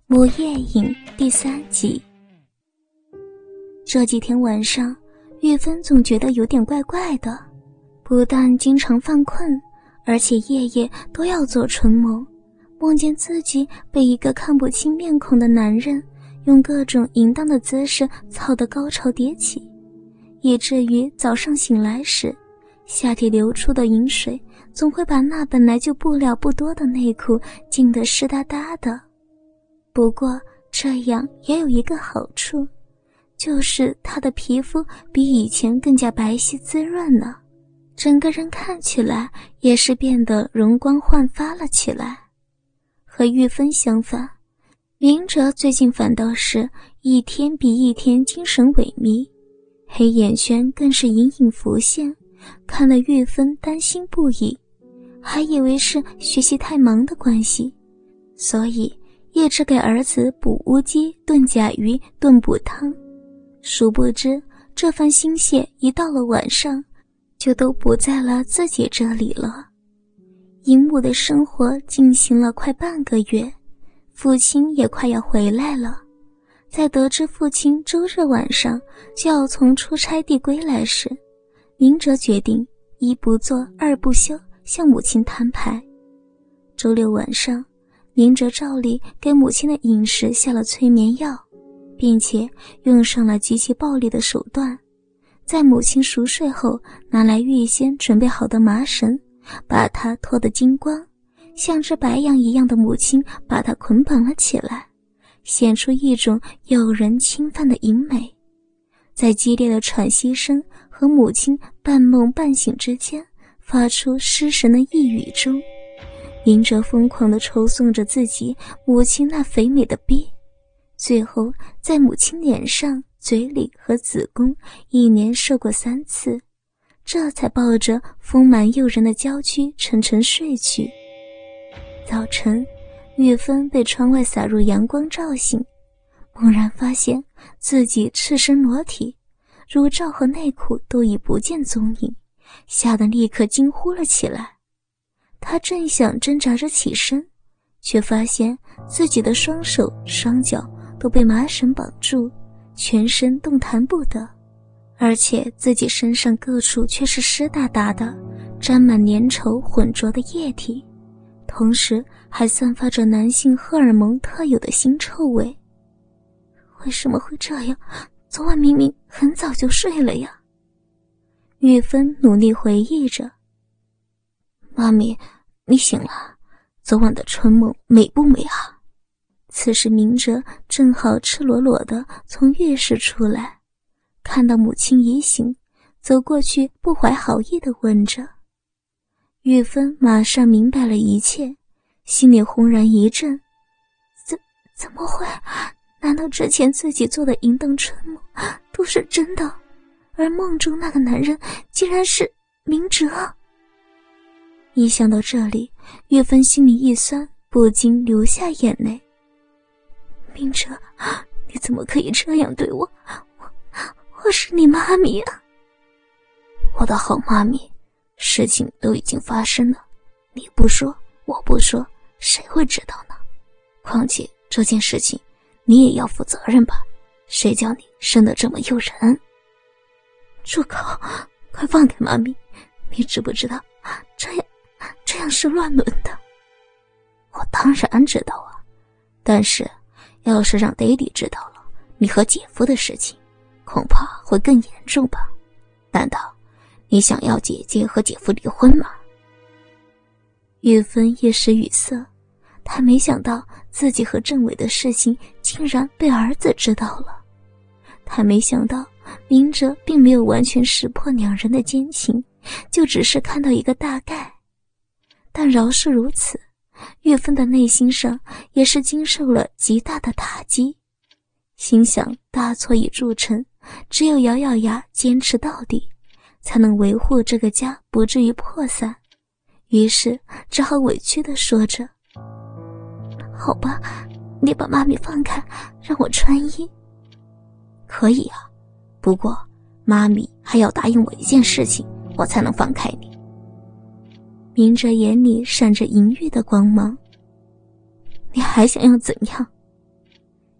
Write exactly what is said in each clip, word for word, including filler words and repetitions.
午夜影第三集。这几天晚上，玉芬总觉得有点怪怪的，不但经常犯困，而且夜夜都要做春梦，梦见自己被一个看不清面孔的男人用各种淫荡的姿势操得高潮迭起，以至于早上醒来时，下体流出的饮水总会把那本来就布料不多的内裤浸得湿哒哒的。不过这样也有一个好处，就是她的皮肤比以前更加白皙滋润了，整个人看起来也是变得容光焕发了起来。和玉芬相反，明哲最近反倒是一天比一天精神萎靡，黑眼圈更是隐隐浮现，看得玉芬担心不已，还以为是学习太忙的关系，所以一直给儿子补乌鸡、炖甲鱼、炖补汤。殊不知这番心血一到了晚上，就都不在了自己这里了。淫母的生活进行了快半个月，父亲也快要回来了。在得知父亲周日晚上就要从出差地归来时，明哲决定一不做二不休，向母亲摊牌。周六晚上，明哲照例给母亲的饮食下了催眠药，并且用上了极其暴力的手段，在母亲熟睡后拿来预先准备好的麻绳，把她拖得精光，像只白羊一样的母亲把她捆绑了起来，显出一种诱人侵犯的淫美。在激烈的喘息声和母亲半梦半醒之间发出失神的呓语中，明哲疯狂地抽送着自己母亲那肥美的逼，最后在母亲脸上、嘴里和子宫一连射过三次，这才抱着丰满诱人的娇躯沉沉睡去。早晨，玉芬被窗外洒入阳光照醒，猛然发现自己赤身裸体，乳罩和内裤都已不见踪影，吓得立刻惊呼了起来。他正想挣扎着起身，却发现自己的双手双脚都被麻绳绑住，全身动弹不得，而且自己身上各处却是湿哒哒的，沾满粘稠浑浊的液体，同时还散发着男性荷尔蒙特有的腥臭味。为什么会这样？昨晚明明很早就睡了呀。玉芬努力回忆着。妈咪，你醒了，昨晚的春梦美不美啊？此时明哲正好赤裸裸地从浴室出来，看到母亲已醒，走过去不怀好意地问着。玉芬马上明白了一切，心里轰然一震，怎怎么会？难道之前自己做的淫荡春梦都是真的，而梦中那个男人竟然是明哲？一想到这里，玉芬心里一酸，不禁流下眼泪。明哲，你怎么可以这样对我？我我是你妈咪啊！我的好妈咪，事情都已经发生了，你不说，我不说，谁会知道呢？况且这件事情你也要负责任吧，谁叫你生得这么诱人？住口，快放开妈咪，你知不知道这样这样是乱伦的？我当然知道啊，但是要是让爹地知道了你和姐夫的事情，恐怕会更严重吧？难道你想要姐姐和姐夫离婚吗？玉芬一时语塞，她没想到自己和政委的事情竟然被儿子知道了，她没想到明哲并没有完全识破两人的奸情，就只是看到一个大概。但饶是如此，玉芬的内心上也是经受了极大的打击，心想大错已铸成，只有咬咬牙坚持到底，才能维护这个家不至于破散。于是只好委屈地说着，好吧，你把妈咪放开，让我穿衣。可以啊，不过妈咪还要答应我一件事情，我才能放开你。明哲眼里闪着淫欲的光芒。你还想要怎样？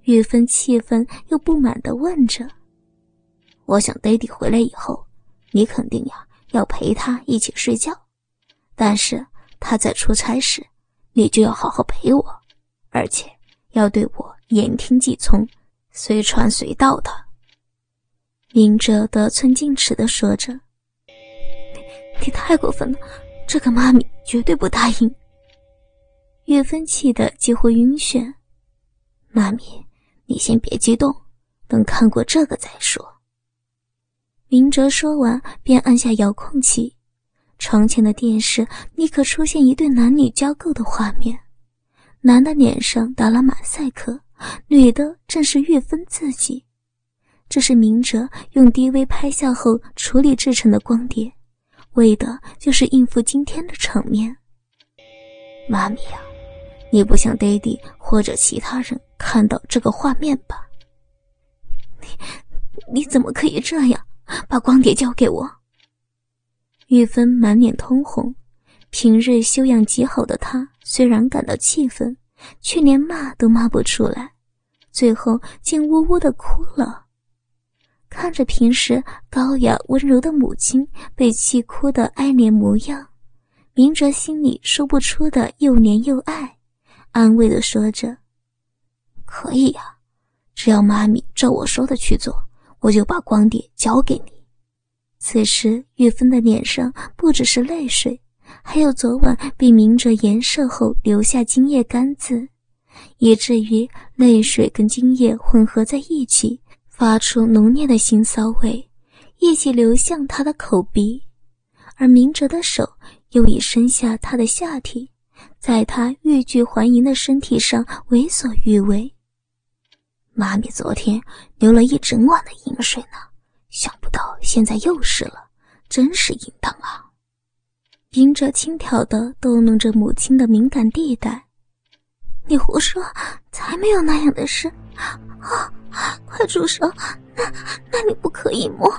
玉芬气愤又不满地问着： 我想爹地回来以后，你肯定呀要陪他一起睡觉，但是他在出差时，你就要好好陪我，而且要对我言听计从，随传随到的。 明哲得寸进尺地说着。你你太过分了，这个妈咪绝对不答应。玉芬气得几乎晕眩。 妈咪，你先别激动，等看过这个再说。 明哲说完便按下遥控器，床前的电视立刻出现一对男女交媾的画面，男的脸上打了马赛克，女的正是玉芬自己。这是明哲用 D V 拍下后处理制成的光碟，为的就是应付今天的场面。 妈咪呀、啊，你不想爹地或者其他人看到这个画面吧？ 你你怎么可以这样？把光碟交给我。玉芬满脸通红，平日修养极好的她虽然感到气愤，却连骂都骂不出来，最后竟呜呜地哭了。看着平时高雅温柔的母亲被气哭的哀怜模样，明哲心里说不出的又怜又爱，安慰地说着： 可以呀、啊，只要妈咪照我说的去做，我就把光碟交给你。 此时玉芬的脸上不只是泪水，还有昨晚被明哲颜射后留下精液干渍，以至于泪水跟精液混合在一起，发出浓烈的腥骚味，一起流向他的口鼻。而明哲的手又已伸下他的下体，在他欲拒还迎的身体上为所欲为。 妈咪昨天流了一整晚的饮水呢，想不到现在又是了，真是淫荡啊。 明哲轻佻地逗弄着母亲的敏感地带。你胡说，才没有那样的事啊！快住手，那那你不可以摸。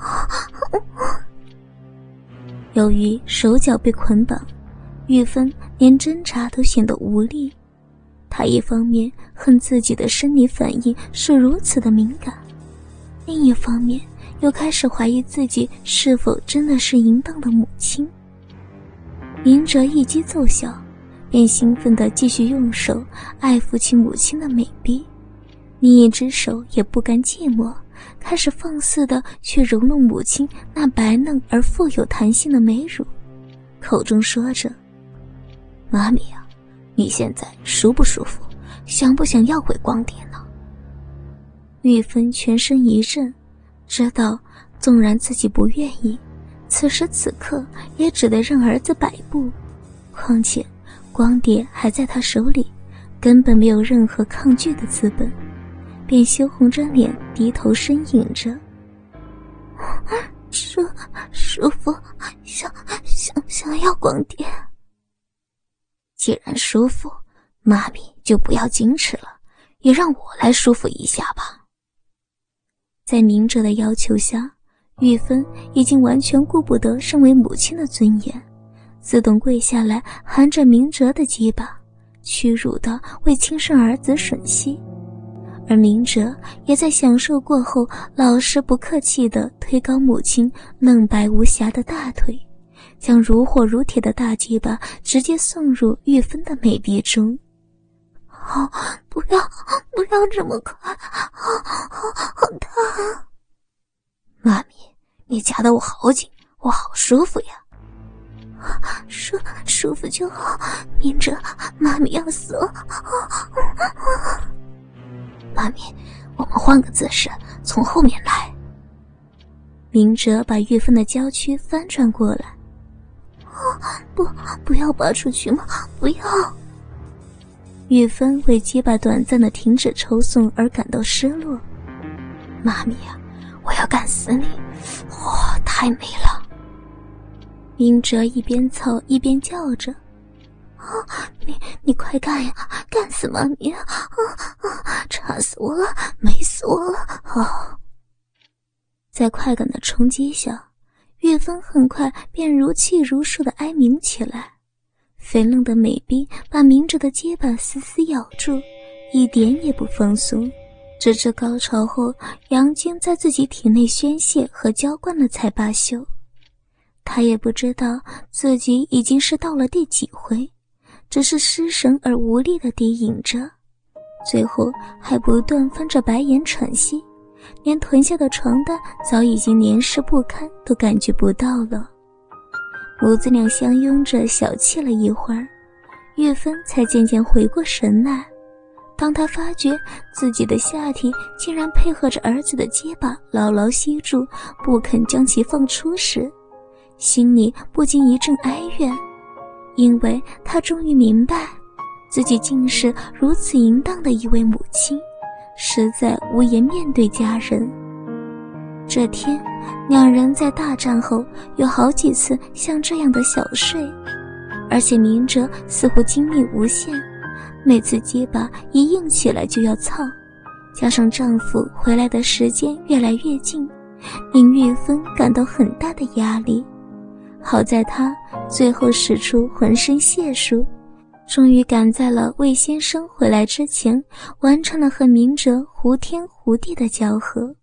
由于手脚被捆绑，玉芬连挣扎都显得无力。她一方面恨自己的生理反应是如此的敏感，另一方面又开始怀疑自己是否真的是淫荡的母亲。明哲一击奏响，便兴奋地继续用手爱抚起母亲的美臂，另一只手也不甘寂寞，开始放肆地去揉弄母亲那白嫩而富有弹性的美乳，口中说着： 妈咪啊，你现在舒不舒服？想不想要回光碟呢？ 玉芬全身一震，知道纵然自己不愿意，此时此刻也只得任儿子摆布，况且光碟还在他手里，根本没有任何抗拒的资本，便羞红着脸低头呻吟着：舒舒服，想想想要光碟。 既然舒服，妈咪就不要矜持了，也让我来舒服一下吧。 在明哲的要求下，玉芬已经完全顾不得身为母亲的尊严，自动跪下来含着明哲的鸡巴，屈辱地为亲生儿子吮吸。而明哲也在享受过后，老实不客气地推高母亲嫩白无瑕的大腿，将如火如铁的大鸡巴直接送入玉芬的美臂中。好、哦，不要不要这么快，好好好疼。 妈咪，你夹得我好紧，我好舒服呀。 舒舒服就好，明哲，妈咪要死了。 妈咪，我们换个姿势，从后面来。 明哲把玉芬的娇躯翻转过来。不，不要拔出去吗？不要。玉芬为鸡巴短暂的停止抽送而感到失落。 妈咪呀、啊，我要干死你！哇、哦，太美了！ 明哲一边操一边叫着：“啊，你你快干呀，干死妈咪啊！啊啊，插死我了，美死我了！啊！”在快感的冲击下，玉芬很快便如泣如诉地哀鸣起来。肥嫩的美臂把明哲的结巴死死咬住， 一点也不放松，直至高潮后阳精在自己体内宣泄和浇灌了才罢休。他也不知道自己已经是到了第几回，只是失神而无力地低吟着，最后还不断翻着白眼喘息，连臀下的床单早已经黏湿不堪都感觉不到了。母子俩相拥着小憩了一会儿，岳芬才渐渐回过神来。当他发觉自己的下体竟然配合着儿子的结巴牢牢吸住，不肯将其放出时，心里不禁一阵哀怨，因为他终于明白，自己竟是如此淫荡的一位母亲，实在无颜面对家人。这天，两人在大战后有好几次像这样的小睡，而且明哲似乎精力无限，每次结巴一硬起来就要操，加上丈夫回来的时间越来越近，令玉芬感到很大的压力。好在她最后使出浑身解数，终于赶在了魏先生回来之前，完成了和明哲胡天胡地的交合。